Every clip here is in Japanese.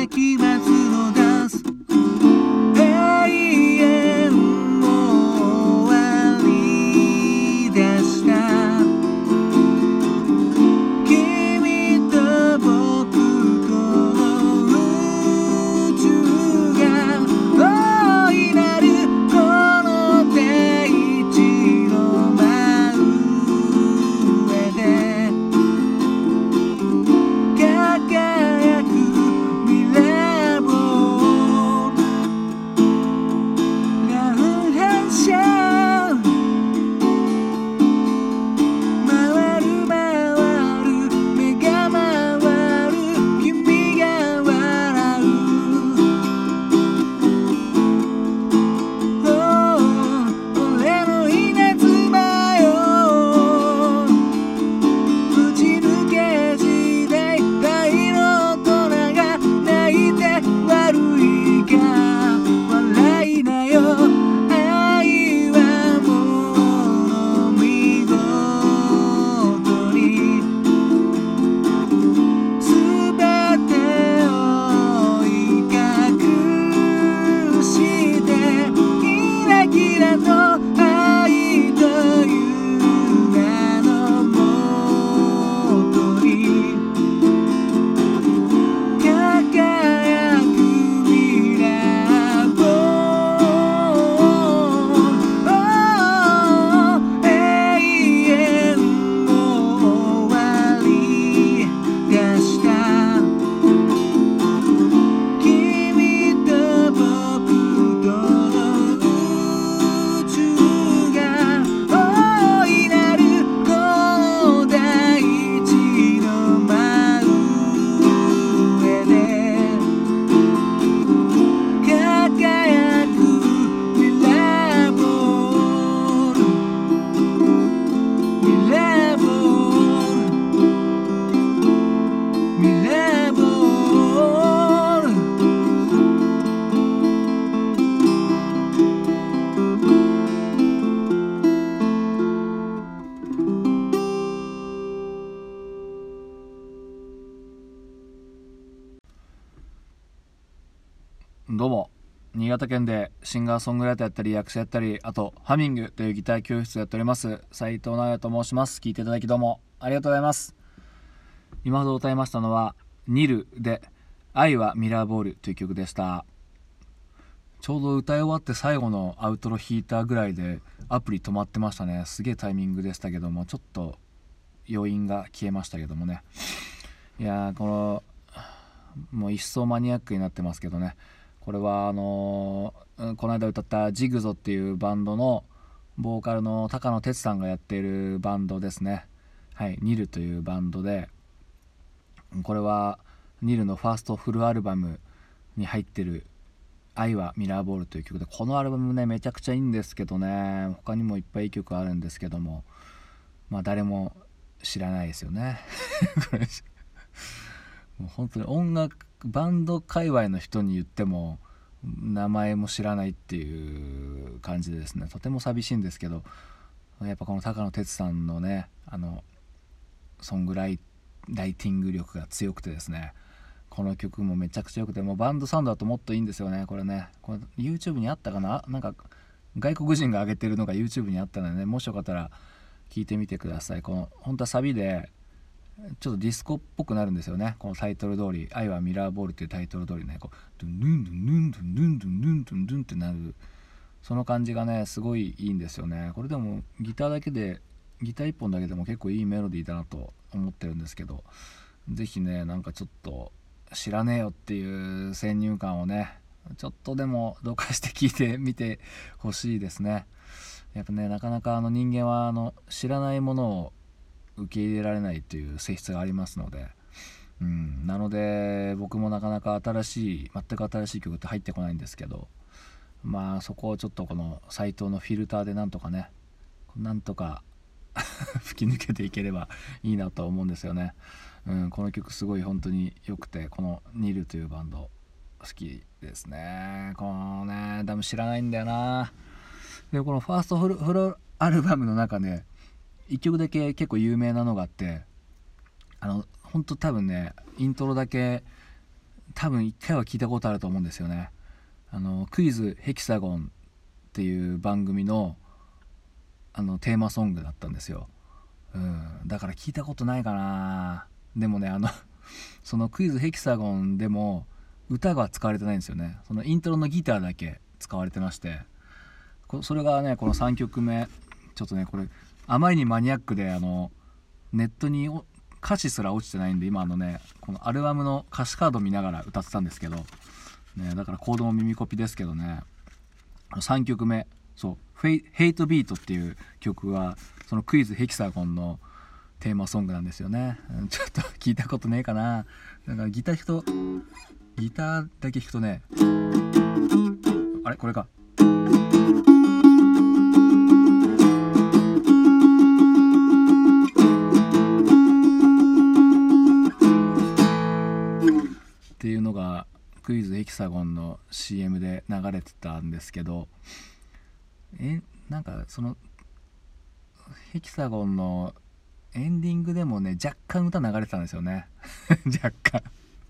期末のダンス永遠も終わりだした君と僕この宇宙が大いなるこの大地の真上で輝くミラーボールラウンヘンシャン回る回る目が回る君が笑う俺の稲妻よぶち抜け時代大の大人が泣いて悪いか笑いなよ愛はもの見事に全てを威嚇してキラキラと愛という名のもとに輝くミラーボール永遠も終わりだした君と僕との宇宙が大いなるこの大地の真上で輝くミラーボールミラーボールミラーボールどうも、新潟県でシンガーソングライターやったり役者やったり、あとハミングというギター教室をやっております斉藤直也と申します。聞いていただきどうもありがとうございます。今ほど歌いましたのはニルで愛はミラーボールという曲でした。ちょうど歌い終わって最後のアウトロ弾いたぐらいでアプリ止まってましたね。すげえタイミングでしたけども、ちょっと余韻が消えましたけどもね。いやー、このもう一層マニアックになってますけどね、これはこの間歌ったジグゾっていうバンドのボーカルの高野哲さんがやっているバンドですね。はい、ニルというバンドで、これはニルのファーストフルアルバムに入ってる愛はミラーボールという曲で、このアルバムねめちゃくちゃいいんですけどね、他にもいっぱいいい曲あるんですけども、まあ誰も知らないですよねこれもう本当に音楽バンド界隈の人に言っても名前も知らないっていう感じでですね、とても寂しいんですけど、やっぱこの高野哲さんのねソングライティング力が強くてですね、この曲もめちゃくちゃ良くて、もうバンドサウンドだともっといいんですよね。これね、これ YouTube にあったかな、なんか外国人が上げてるのが YouTube にあったのでね、もしよかったら聞いてみてください。この本当はサビでちょっとディスコっぽくなるんですよね。このタイトル通り愛はミラーボールっていうタイトル通りね、こうドゥンドゥンドゥンドゥンドゥンドゥンドゥンドゥンドゥンドゥンってなる、その感じがねすごいいいんですよね。これでもギター1本だけでも結構いいメロディーだなと思ってるんですけど、ぜひねなんかちょっと知らねえよっていう先入観をねちょっとでもどかして聞いてみてほしいですね。やっぱねなかなか人間は知らないものを受け入れられないという性質がありますので、なので僕もなかなか全く新しい曲って入ってこないんですけど、まあそこをちょっとこのサイトのフィルターでなんとか吹き抜けていければいいなと思うんですよね。この曲すごい本当に良くて、このニルというバンド好きですね。このね多分知らないんだよな。でこのファーストフルアルバムの中で1曲だけ結構有名なのがあって、本当多分ねイントロだけ多分一回は聞いたことあると思うんですよね。クイズヘキサゴンっていう番組のテーマソングだったんですよ。だから聞いたことないかな。でもねそのクイズヘキサゴンでも歌が使われてないんですよね。そのイントロのギターだけ使われてまして、それがねこの3曲目、ちょっとねこれあまりにマニアックでネットに歌詞すら落ちてないんで、今このアルバムの歌詞カード見ながら歌ってたんですけど、ね、だからコードも耳コピですけどね、3曲目、そうヘイトビートっていう曲はそのクイズヘキサゴンのテーマソングなんですよね。ちょっと聞いたことねえかな。だからギターだけ弾くとね、あれこれか。っていうのがクイズヘキサゴンの CM で流れてたんですけど、なんかそのヘキサゴンのエンディングでもね若干歌流れてたんですよね若干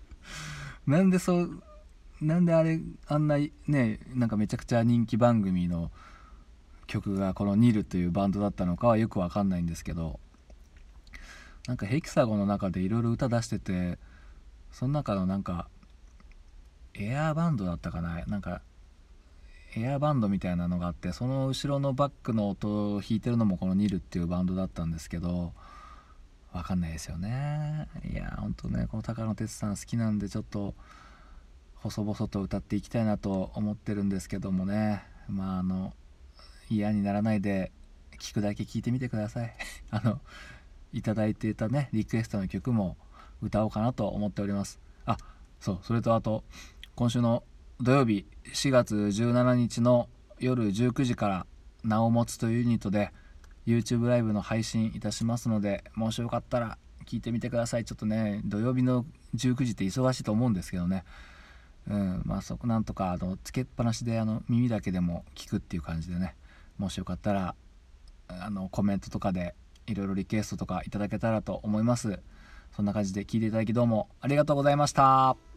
なんであれあんなねなんかめちゃくちゃ人気番組の曲がこのニルというバンドだったのかはよくわかんないんですけど、なんかヘキサゴンの中でいろいろ歌出してて、その中のなんかエアーバンドだったかな、なんかエアーバンドみたいなのがあって、その後ろのバックの音を弾いてるのもこのニルっていうバンドだったんですけど、わかんないですよね。いやほんとねこの高野哲さん好きなんで、ちょっと細々と歌っていきたいなと思ってるんですけどもね、嫌にならないで聞くだけ聞いてみてくださいいただいていたねリクエストの曲も歌おうかなと思っております。それとあと今週の土曜日4月17日の夜19時から名を持つというユニットで YouTube ライブの配信いたしますので、もしよかったら聞いてみてください。ちょっとね土曜日の19時って忙しいと思うんですけどね、そこなんとかつけっぱなしで耳だけでも聞くっていう感じでね、もしよかったらコメントとかでいろいろリクエストとかいただけたらと思います。そんな感じで聞いていただきどうもありがとうございました。